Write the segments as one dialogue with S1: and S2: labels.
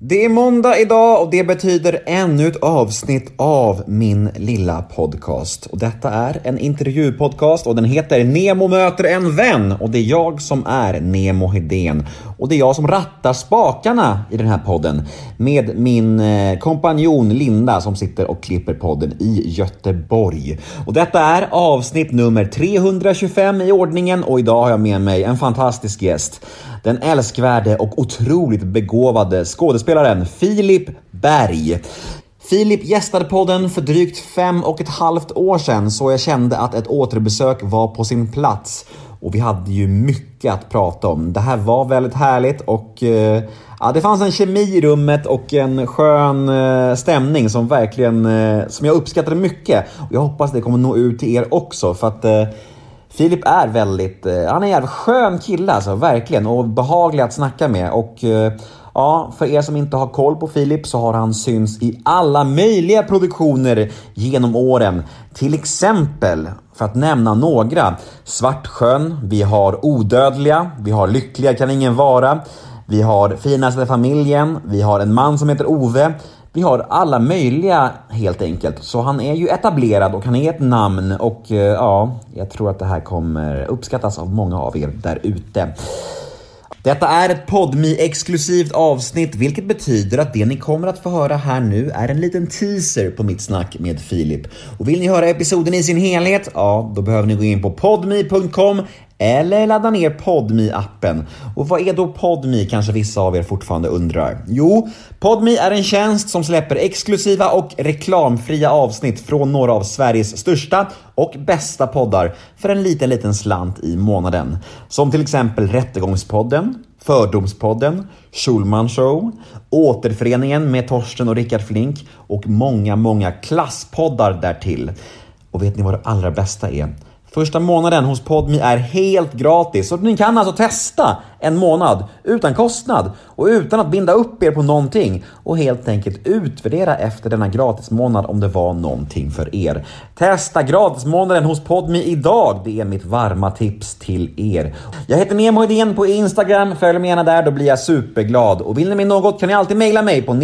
S1: Det är måndag idag och det betyder ännu ett avsnitt av min lilla podcast. Och detta är en intervjupodcast och den heter Nemo möter en vän. Och det är jag som är Nemo Hedén. Och det är jag som rattar spakarna i den här podden. Med min kompanjon Linda som sitter och klipper podden i Göteborg. Och detta är avsnitt nummer 325 i ordningen. Och idag har jag med mig en fantastisk gäst. Den älskvärde och otroligt begåvade skådespelaren Filip Berg. Filip gästade podden för drygt 5,5 år sedan, så jag kände att ett återbesök var på sin plats. Och vi hade ju mycket att prata om. Det här var väldigt härligt och det fanns en kemi i rummet och en skön stämning som verkligen som jag uppskattade mycket. Och jag hoppas det kommer nå ut till er också, för att Filip är väldigt, han är en jävla skön kille alltså, verkligen, och behaglig att snacka med. Och ja, för er som inte har koll på Filip så har han syns i alla möjliga produktioner genom åren. Till exempel, för att nämna några, Svartsjön, vi har Odödliga, vi har Lyckliga kan ingen vara, vi har Finaste familjen, vi har En man som heter Ove. Vi har alla möjliga helt enkelt. Så han är ju etablerad och han är ett namn. Och ja, jag tror att det här kommer uppskattas av många av er där ute. Detta är ett Podme-exklusivt avsnitt, vilket betyder att det ni kommer att få höra här nu är en liten teaser på mitt snack med Filip. Och vill ni höra episoden i sin helhet, ja, då behöver ni gå in på podme.com eller ladda ner Podme-appen. Och vad är då Podme, kanske vissa av er fortfarande undrar? Jo, Podme är en tjänst som släpper exklusiva och reklamfria avsnitt från några av Sveriges största och bästa poddar för en liten slant i månaden. Som till exempel Rättegångspodden, Fördomspodden, Schulman Show, Återföreningen med Torsten och Rickard Flink och många klasspoddar därtill. Och vet ni vad det allra bästa är? Första månaden hos Podme är helt gratis, så ni kan alltså testa en månad utan kostnad och utan att binda upp er på någonting och helt enkelt utvärdera efter denna gratis månad om det var någonting för er. Testa gratismånaden hos Podme idag, det är mitt varma tips till er. Jag heter Nemo Hedén på Instagram, följ mig gärna där, då blir jag superglad. Och vill ni med något kan ni alltid mejla mig på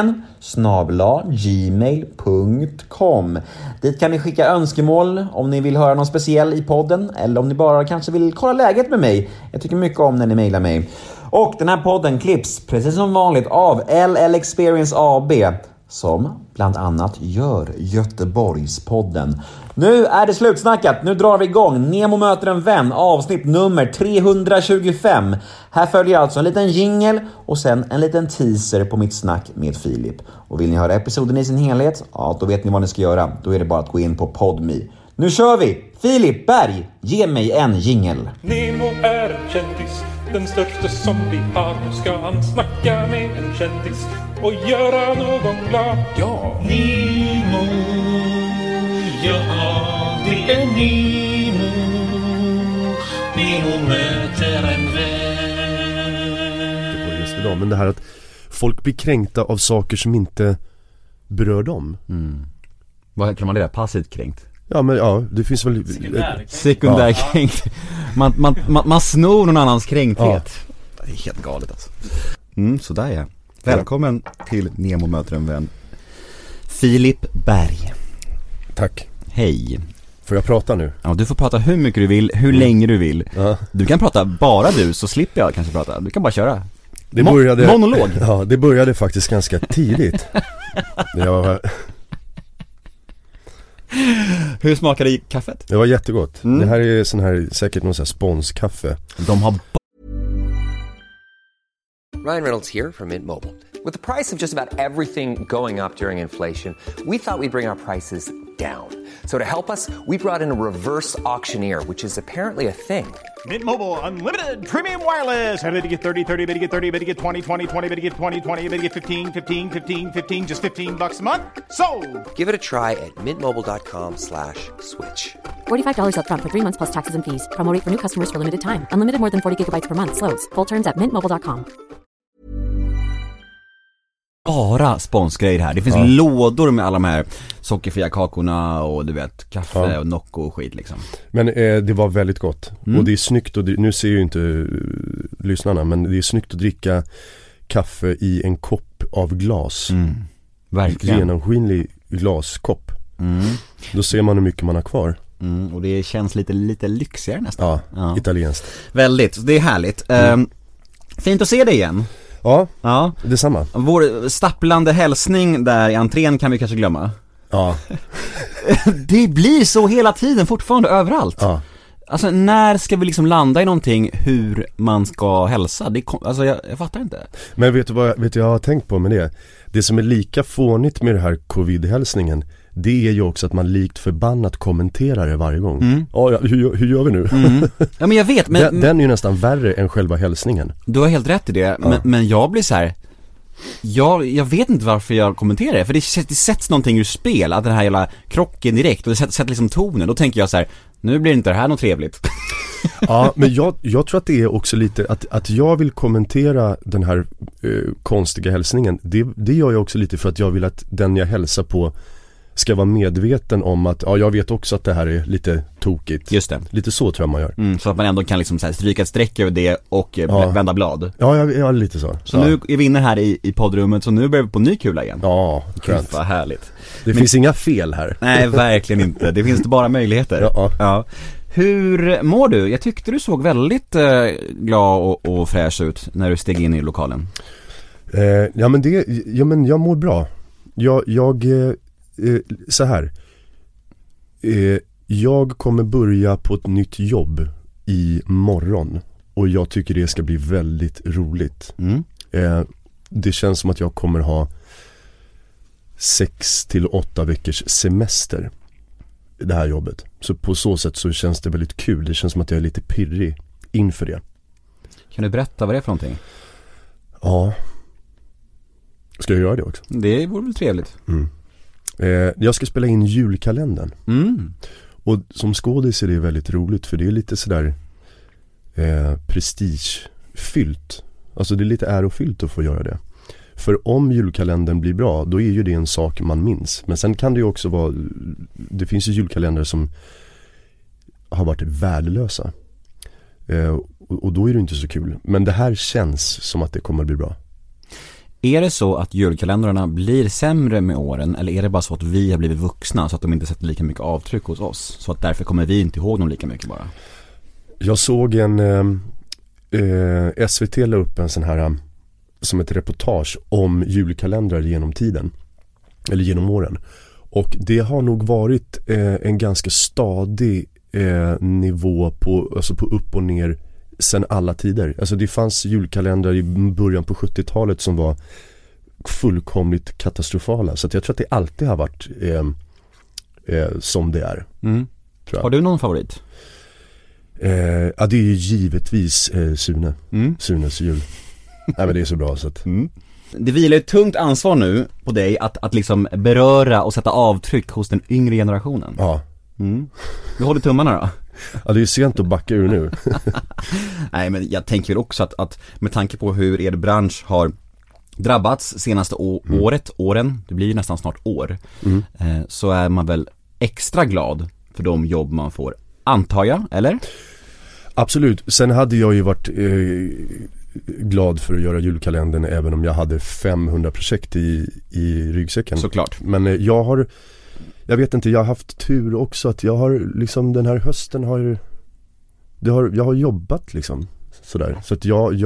S1: nemohedén@gmail.com. Dit kan ni skicka önskemål om ni vill höra någon speciell i podden eller om ni bara kanske vill kolla läget med mig. Jag tycker mycket om när ni mejlar mig. Och den här podden klipps precis som vanligt av LL Experience AB, som bland annat gör Göteborgspodden. Nu är det slutsnackat, nu drar vi igång Nemo möter en vän, avsnitt nummer 325. Här följer alltså en liten jingle och sen en liten teaser på mitt snack med Filip. Och vill ni höra episoden i sin helhet, ja då vet ni vad ni ska göra. Då är det bara att gå in på Podme. Nu kör vi! Filip Berg, ge mig en jingle.
S2: Nemo är en kändis, den största som vi har. Nu ska han snacka med en kändis och göra någon glad. Ja! Nemo, ja det är Nemo. Nemo möter en vän.
S3: Det var just idag, men det här att folk blir kränkta av saker som inte berör dem.
S4: Vad kan man det där? Passivt kränkt?
S3: Ja, men ja, det finns väl
S4: sekundärkränkt. Man snor någon annans kränkthet. Ja. Det är helt galet alltså. Så där är. Välkommen till Nemo möter en vän. Filip Berg.
S3: Tack.
S4: Hej.
S3: Får jag prata nu?
S4: Ja, du får prata hur mycket du vill, hur länge du vill.
S3: Ja.
S4: Du kan prata bara du, så slipper jag kanske prata. Du kan bara köra.
S3: Det började,
S4: monolog.
S3: Ja, det började faktiskt ganska tidigt.
S4: Hur smakade kaffet?
S3: Det var jättegott. Det här är sån här, säkert någon sån här sponskaffe.
S4: De har
S5: Ryan Reynolds here from Mint Mobile. With the price of just about everything going up during inflation, we thought we'd bring our prices down. So to help us, we brought in a reverse auctioneer, which is apparently a thing.
S6: Mint Mobile Unlimited Premium Wireless. How to get 30, 30, bit to get 30, bit to get 20, 20, 20, bit to get 20, 20, bit to get 15, 15, 15, 15, just $15 a month? Sold!
S5: Give it a try at mintmobile.com/switch.
S7: $45 up front for 3 months plus taxes and fees. Promo rate for new customers for limited time. Unlimited more than 40 gigabytes per month. Slows full terms at mintmobile.com.
S4: bara sponsgrejer här. Det finns lådor med alla de här sockerfria kakorna och du vet, kaffe och Nocco och skit liksom. Men
S3: det var väldigt gott. Och det är snyggt, och nu ser ju inte lyssnarna, men det är snyggt att dricka kaffe i en kopp av glas.
S4: Verkligen.
S3: Genomskinlig glaskopp. Då ser man hur mycket man har kvar.
S4: Och det känns lite lyxigare nästan.
S3: Ja, italienskt.
S4: Väldigt, det är härligt. Fint att se dig igen.
S3: Ja, detsamma.
S4: Vår stapplande hälsning där i entrén kan vi kanske glömma.
S3: Ja.
S4: Det blir så hela tiden, fortfarande överallt.
S3: Ja.
S4: Alltså när ska vi liksom landa i någonting hur man ska hälsa? Alltså jag fattar inte.
S3: Men vet du jag har tänkt på med det? Det som är lika fånigt med det här covid-hälsningen, det är ju också att man likt förbannat kommenterar det varje gång. Ja, hur gör vi nu?
S4: Ja, men jag vet, men
S3: den är ju nästan värre än själva hälsningen.
S4: Du har helt rätt i det, men jag blir så här. Jag vet inte varför jag kommenterar det. För det sätts någonting ur spel. Att den här jävla krocken direkt. Och det sätter liksom tonen. Då tänker jag så här: nu blir inte det här något trevligt.
S3: Ja, men jag tror att det är också lite att jag vill kommentera den här konstiga hälsningen. Det gör jag också lite för att jag vill att den jag hälsar på ska vara medveten om att jag vet också att det här är lite tokigt.
S4: Just det.
S3: Lite så tror jag man gör.
S4: Så att man ändå kan liksom så här stryka ett streck över det och vända blad.
S3: Ja, lite så.
S4: Så nu är vi inne här i poddrummet, så nu börjar vi på ny kula igen.
S3: Ja,
S4: Gud, vad härligt.
S3: Det finns inga fel här.
S4: Nej, verkligen inte. Det finns bara möjligheter. Ja. Hur mår du? Jag tyckte du såg väldigt glad och fräsch ut när du steg in i lokalen.
S3: Men jag mår bra. Jag så här. Jag kommer börja på ett nytt jobb i morgon och jag tycker det ska bli väldigt roligt. Det känns som att jag kommer ha 6 till 8 veckors semester i det här jobbet. Så på så sätt så känns det väldigt kul. Det känns som att jag är lite pirrig inför det.
S4: Kan du berätta vad det är för någonting?
S3: Ja. Ska jag göra det också?
S4: Det vore väl trevligt.
S3: Jag ska spela in julkalendern. Och som skådis är det väldigt roligt, för det är lite sådär prestigefyllt. Alltså det är lite ärofyllt att få göra det. För om julkalendern blir bra, då är ju det en sak man minns. Men sen kan det ju också vara, det finns ju julkalendrar som har varit värdelösa. Och då är det inte så kul. Men det här känns som att det kommer att bli bra.
S4: Är det så att julkalendrarna blir sämre med åren, eller är det bara så att vi har blivit vuxna så att de inte sätter lika mycket avtryck hos oss, så att därför kommer vi inte ihåg dem lika mycket bara?
S3: Jag såg SVT la upp en sån här som ett reportage om julkalendrar genom tiden, eller genom åren, och det har nog varit en ganska stadig nivå på, alltså på upp och ner sen alla tider. Alltså det fanns julkalendrar i början på 70-talet som var fullkomligt katastrofala. Så att jag tror att det alltid har varit som det är.
S4: Har du någon favorit?
S3: Ja, det är ju givetvis Sune. Sunes jul. Nej, men det är så bra så att...
S4: Det vilar ett tungt ansvar nu på dig att liksom beröra och sätta avtryck hos den yngre generationen.
S3: Ja.
S4: Du håller tummarna då?
S3: Ja, det är sent att backa ur nu.
S4: Nej, men jag tänker också att med tanke på hur er bransch har drabbats senaste åren, det blir ju nästan snart år, så är man väl extra glad för de jobb man får, antar jag, eller?
S3: Absolut. Sen hade jag ju varit glad för att göra julkalendern även om jag hade 500 projekt i ryggsäcken.
S4: Såklart.
S3: Men jag vet inte, jag har haft tur också att jag har liksom den här hösten jag har jobbat liksom sådär. Så att jag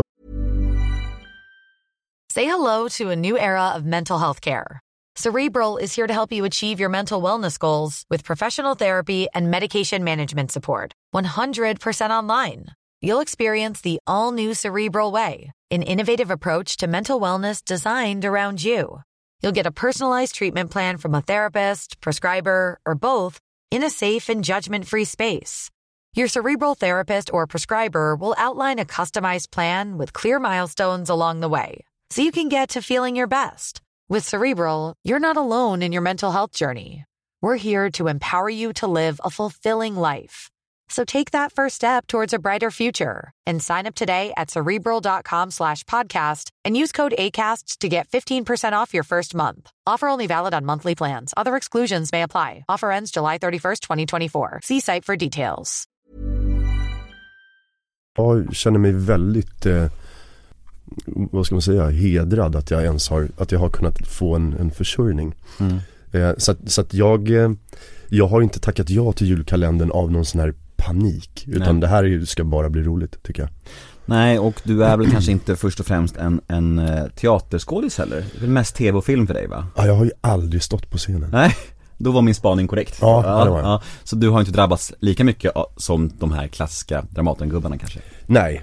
S8: Say hello to a new era of mental health care. Cerebral is here to help you achieve your mental wellness goals with professional therapy and medication management support. 100% online. You'll experience the all-new Cerebral way, an innovative approach to mental wellness designed around you. You'll get a personalized treatment plan from a therapist, prescriber, or both in a safe and judgment-free space. Your Cerebral therapist or prescriber will outline a customized plan with clear milestones along the way, so you can get to feeling your best. With Cerebral, you're not alone in your mental health journey. We're here to empower you to live a fulfilling life. So take that first step towards a brighter future and sign up today at Cerebral.com/podcast and use code ACAST to get 15% off your first month. Offer only valid on monthly plans. Other exclusions may apply. Offer ends July 31st, 2024. See site for details.
S3: Jag känner mig väldigt vad ska man säga, hedrad att jag ens har kunnat få en försörjning. Så att jag har inte tackat ja till julkalendern av någon sån här panik, utan det här ska bara bli roligt, tycker jag.
S4: Nej, och du är väl kanske inte först och främst en teaterskådis heller. Det är väl mest tv och film för dig, va?
S3: Ja, jag har ju aldrig stått på scenen.
S4: Nej, då var min spaning korrekt.
S3: Ja, det var jag.
S4: Så du har inte drabbats lika mycket som de här klassiska Dramatengubbarna kanske?
S3: Nej.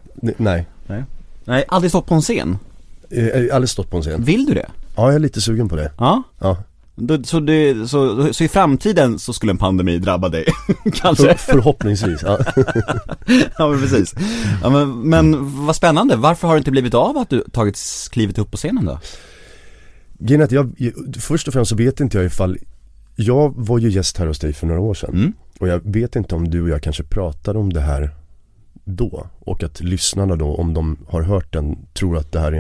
S4: Nej, aldrig stått på en scen?
S3: Aldrig stått på en scen.
S4: Vill du det?
S3: Ja, jag är lite sugen på det.
S4: Ja. Så i framtiden så skulle en pandemi drabba dig kanske?
S3: Förhoppningsvis, ja.
S4: Ja, men precis. Ja, men vad spännande. Varför har det inte blivit av att du tagit klivet upp på scenen då?
S3: Först och främst så vet inte jag ifall... Jag var ju gäst här hos dig för några år sedan. Och jag vet inte om du och jag kanske pratade om det här då. Och att lyssnarna då, om de har hört den, tror att det här är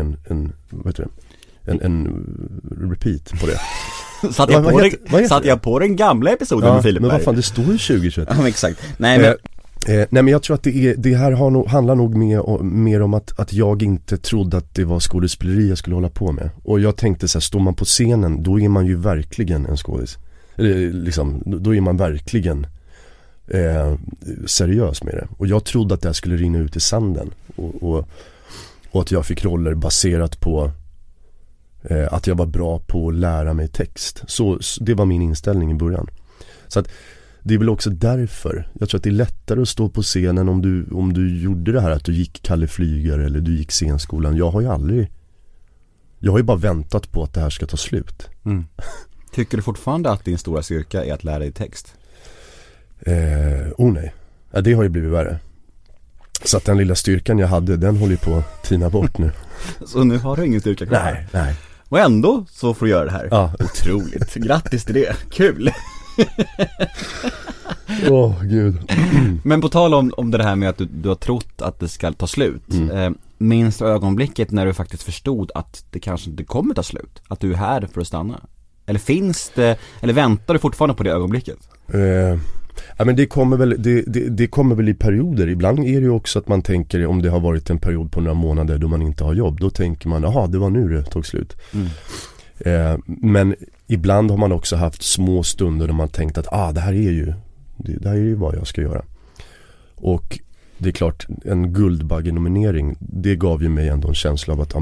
S3: en repeat på det.
S4: Satt jag på den gamla episoden med Filip?
S3: Men vad fan, det står ju 2021.
S4: Ja, exakt. Nej,
S3: men jag tror att det här handlar nog mer om att jag inte trodde att det var skådespeleri jag skulle hålla på med. Och jag tänkte så här, står man på scenen, då är man ju verkligen en skådis. Liksom, då är man verkligen seriös med det. Och jag trodde att det här skulle rinna ut i sanden. Och att jag fick roller baserat på att jag var bra på att lära mig text. Så det var min inställning i början. Så att det är väl också därför. Jag tror att det är lättare att stå på scenen om du gjorde det här, att du gick Kalle Flygare eller du gick scenskolan. Jag har ju bara väntat på att det här ska ta slut.
S4: Tycker du fortfarande att din stora styrka är att lära dig text?
S3: Nej. Ja, det har ju blivit värre. Så att den lilla styrkan jag hade, den håller ju på att tina bort nu.
S4: Så nu har du ingen styrka kvar?
S3: Nej.
S4: Och ändå så får du göra det här.
S3: Ja.
S4: Otroligt. Grattis till det. Kul.
S3: Gud.
S4: Men på tal om det här med att du har trott att det ska ta slut. Minns du ögonblicket när du faktiskt förstod att det kanske inte kommer ta slut? Att du är här för att stanna? Eller finns det, eller väntar du fortfarande på det ögonblicket?
S3: Ja, men det kommer väl i perioder. Ibland är det ju också att man tänker, om det har varit en period på några månader då man inte har jobb, då tänker man, jaha, det var nu det tog slut. Men ibland har man också haft små stunder där man tänkt att det här är ju vad jag ska göra. Och det är klart, en Guldbagge-nominering, det gav ju mig ändå en känsla av att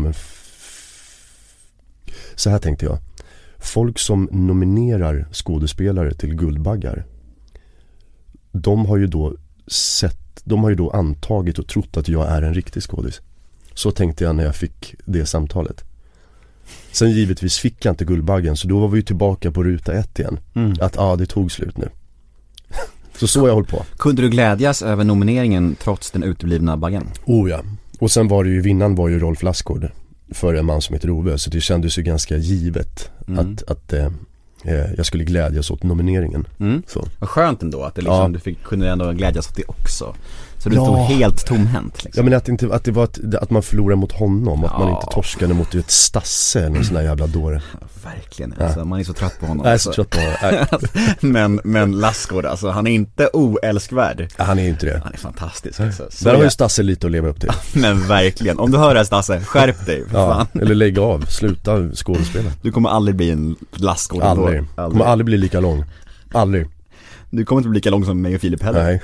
S3: så här tänkte jag. Folk som nominerar skådespelare till Guldbaggar, de har ju då antagit och trott att jag är en riktig skådis. Så tänkte jag när jag fick det samtalet. Sen givetvis fick jag inte Guldbaggen, så då var vi ju tillbaka på ruta 1 igen. Att det tog slut nu. Så jag höll på.
S4: Kunde du glädjas över nomineringen trots den uteblivna baggen?
S3: Ja. Och sen var det ju, vinnaren var ju Rolf Lassgård för En man som heter Ove. Så det kändes ju ganska givet att jag skulle glädjas åt nomineringen. Så.
S4: Vad skönt ändå att det liksom, du kunde ändå glädjas åt det också. Så du stod helt tomhänt liksom.
S3: Ja, men att det var att man förlorar mot honom, att man inte torskade mot ett Stasse eller någon sån där jävla dåre.
S4: Verkligen, alltså, man är så trött på honom.
S3: Jag är så trött på honom.
S4: men Lassgård, alltså, han är inte oälskvärd.
S3: Ja, han är inte det.
S4: Han är fantastisk alltså.
S3: Där har ju Stasse lite att leva upp till.
S4: Men verkligen, om du hör det här, Stasse, skärp dig för fan.
S3: Eller lägg av, sluta skådespela.
S4: Du kommer aldrig bli en Lassgård.
S3: Aldrig. Kommer aldrig bli lika lång. Aldrig.
S4: Du kommer inte bli lika lång som mig och Filip heller.
S3: Nej.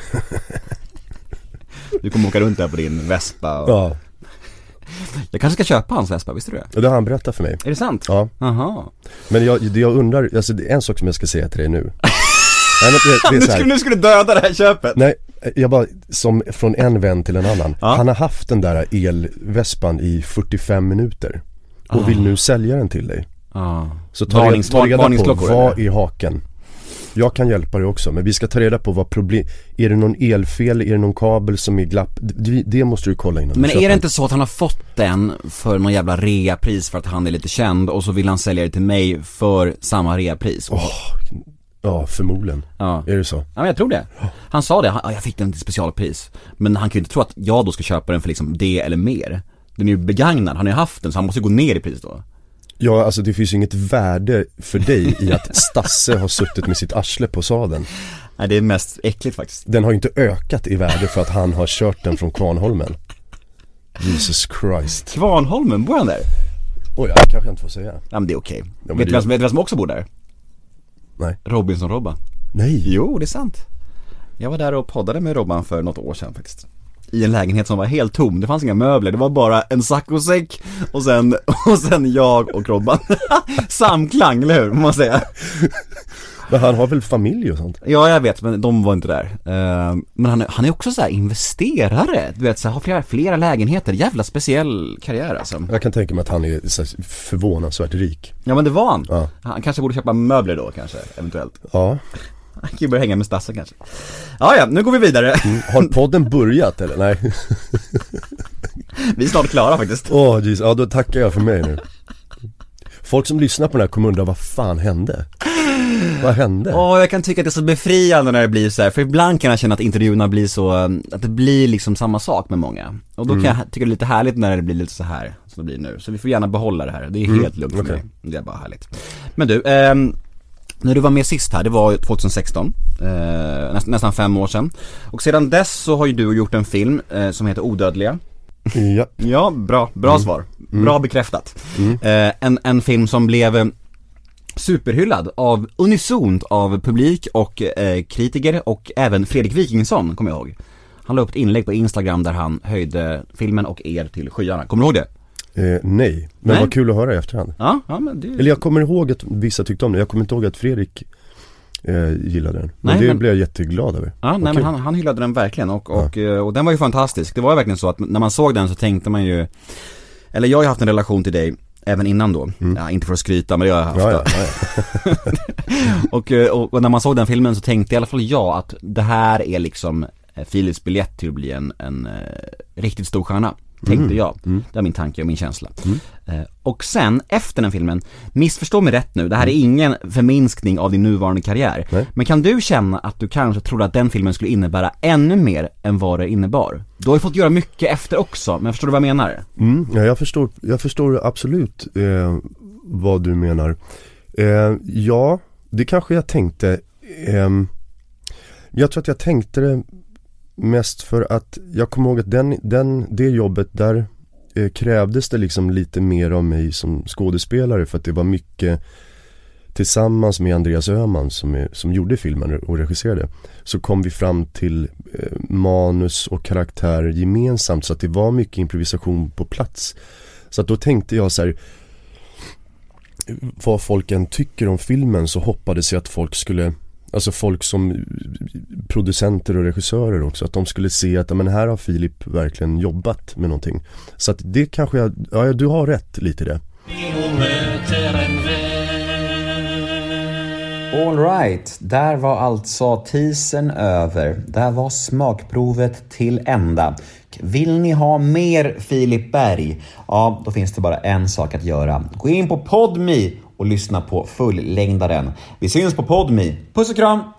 S4: Du kommer åka runt där på din Vespa och...
S3: Ja.
S4: Jag kanske ska köpa hans Vespa, visste du det?
S3: Ja, det har han berättat för mig.
S4: Är det sant?
S3: Ja.
S4: Aha.
S3: Men jag undrar, alltså det är en sak som jag ska säga till dig nu.
S4: Nu skulle döda det här köpet.
S3: Nej, jag bara, som från en vän till en annan. Han har haft den där elvespan i 45 minuter och vill nu sälja den till dig. Så ta reda på vad är haken. Jag kan hjälpa dig också, men vi ska ta reda på vad problem. Är det någon elfel, är det någon kabel som är glapp? Det måste du kolla innan.
S4: Men är det inte så att han har fått den för någon jävla reapris för att han är lite känd, och så vill han sälja det till mig för samma reapris?
S3: Ja, förmodligen.
S4: Ja.
S3: Är det så?
S4: Ja, men jag tror det. Han sa det, jag fick den till specialpris. Men han kan ju inte tro att jag då ska köpa den för liksom det eller mer. Den är ju begagnad, han har ju haft den, så han måste gå ner i pris då.
S3: Ja, alltså det finns ju inget värde för dig i att Stasse har suttit med sitt arsle på sadeln.
S4: Nej, det är mest äckligt faktiskt.
S3: Den har ju inte ökat i värde för att han har kört den från Kvarnholmen. Jesus Christ.
S4: Kvarnholmen, bor han där?
S3: Oj, jag kanske inte får säga.
S4: Ja, men det är okej.
S3: Ja,
S4: Vet du vem som också bor där?
S3: Nej.
S4: Robinson-Robban.
S3: Nej.
S4: Jo, det är sant. Jag var där och poddade med Robban för något år sedan faktiskt. I en lägenhet som var helt tom. Det fanns inga möbler. Det var bara en saccosäck och sen jag och Robban. Samklang, eller hur? Må man säga.
S3: Men han har väl familj och sånt?
S4: Ja, jag vet, men de var inte där. Men han är också så här investerare. Du vet, så här, har flera lägenheter. Jävla speciell karriär alltså.
S3: Jag kan tänka mig att han är så här förvånansvärt rik.
S4: Ja, men det var han.
S3: Ja.
S4: Han kanske borde köpa möbler då, kanske, eventuellt.
S3: Ja.
S4: Han kan ju börja hänga med Stassen kanske. Ja, nu går vi vidare.
S3: Har podden börjat eller? Nej.
S4: Vi är snart klara faktiskt.
S3: Jeez. Ja, då tackar jag för mig nu. Folk som lyssnar på den här kommer undra, vad fan hände? Vad hände?
S4: Jag kan tycka att det är så befriande när det blir så här. För ibland kan jag känna att intervjuerna blir så, att det blir liksom samma sak med många. Och då kan jag tycka det är lite härligt när det blir lite så här som det blir nu. Så vi får gärna behålla det här. Det är helt lugnt för mig. Det är bara härligt. Men du, när du var med sist här, det var 2016, nästan 5 år sedan. Och sedan dess så har ju du gjort en film som heter Odödliga.
S3: Ja.
S4: Ja, bra svar. Bra bekräftat. En film som blev superhyllad av unisont av publik och kritiker, och även Fredrik Wikingsson, kommer jag ihåg. Han la upp ett inlägg på Instagram där han höjde filmen och er till skyarna. Kommer du ihåg det?
S3: Nej, men vad kul att höra i efterhand.
S4: Ja, men det...
S3: Eller jag kommer ihåg att vissa tyckte om det. Jag kommer inte ihåg att Fredrik gillade den. Men det blev jag jätteglad över.
S4: Ja, nej, men han hyllade den verkligen och den var ju fantastisk. Det var ju verkligen så att när man såg den så tänkte man ju, eller jag har ju haft en relation till dig även innan då. Ja, inte för att skryta, men jag har haft det. Och när man såg den filmen så tänkte i alla fall jag att det här är liksom Philips biljett till att bli en riktigt stor stjärna. Tänkte jag. Det är min tanke och min känsla. Och sen, efter den filmen, missförstå mig rätt nu, det här är ingen förminskning av din nuvarande karriär.
S3: Nej.
S4: Men kan du känna att du kanske trodde att den filmen skulle innebära ännu mer än vad det innebar? Du har ju fått göra mycket efter också, men förstår du vad jag menar?
S3: Ja, jag förstår absolut vad du menar. Ja, det kanske jag tänkte. Jag tror att jag tänkte det mest för att jag kommer ihåg att det jobbet där krävdes det liksom lite mer av mig som skådespelare, för att det var mycket tillsammans med Andreas Öhman som gjorde filmen och regisserade, så kom vi fram till manus och karaktär gemensamt, så att det var mycket improvisation på plats. Så att då tänkte jag så här, vad folk än tycker om filmen så hoppades jag att folk som producenter och regissörer också, att de skulle se att men här har Filip verkligen jobbat med någonting. Så att det kanske du har rätt lite i det.
S1: All right, där var alltså teasern över. Där var smakprovet till ända. Vill ni ha mer Filip Berg? Ja, då finns det bara en sak att göra. Gå in på Podme och lyssna på fullängdaren. Vi syns på Podme. Puss och kram!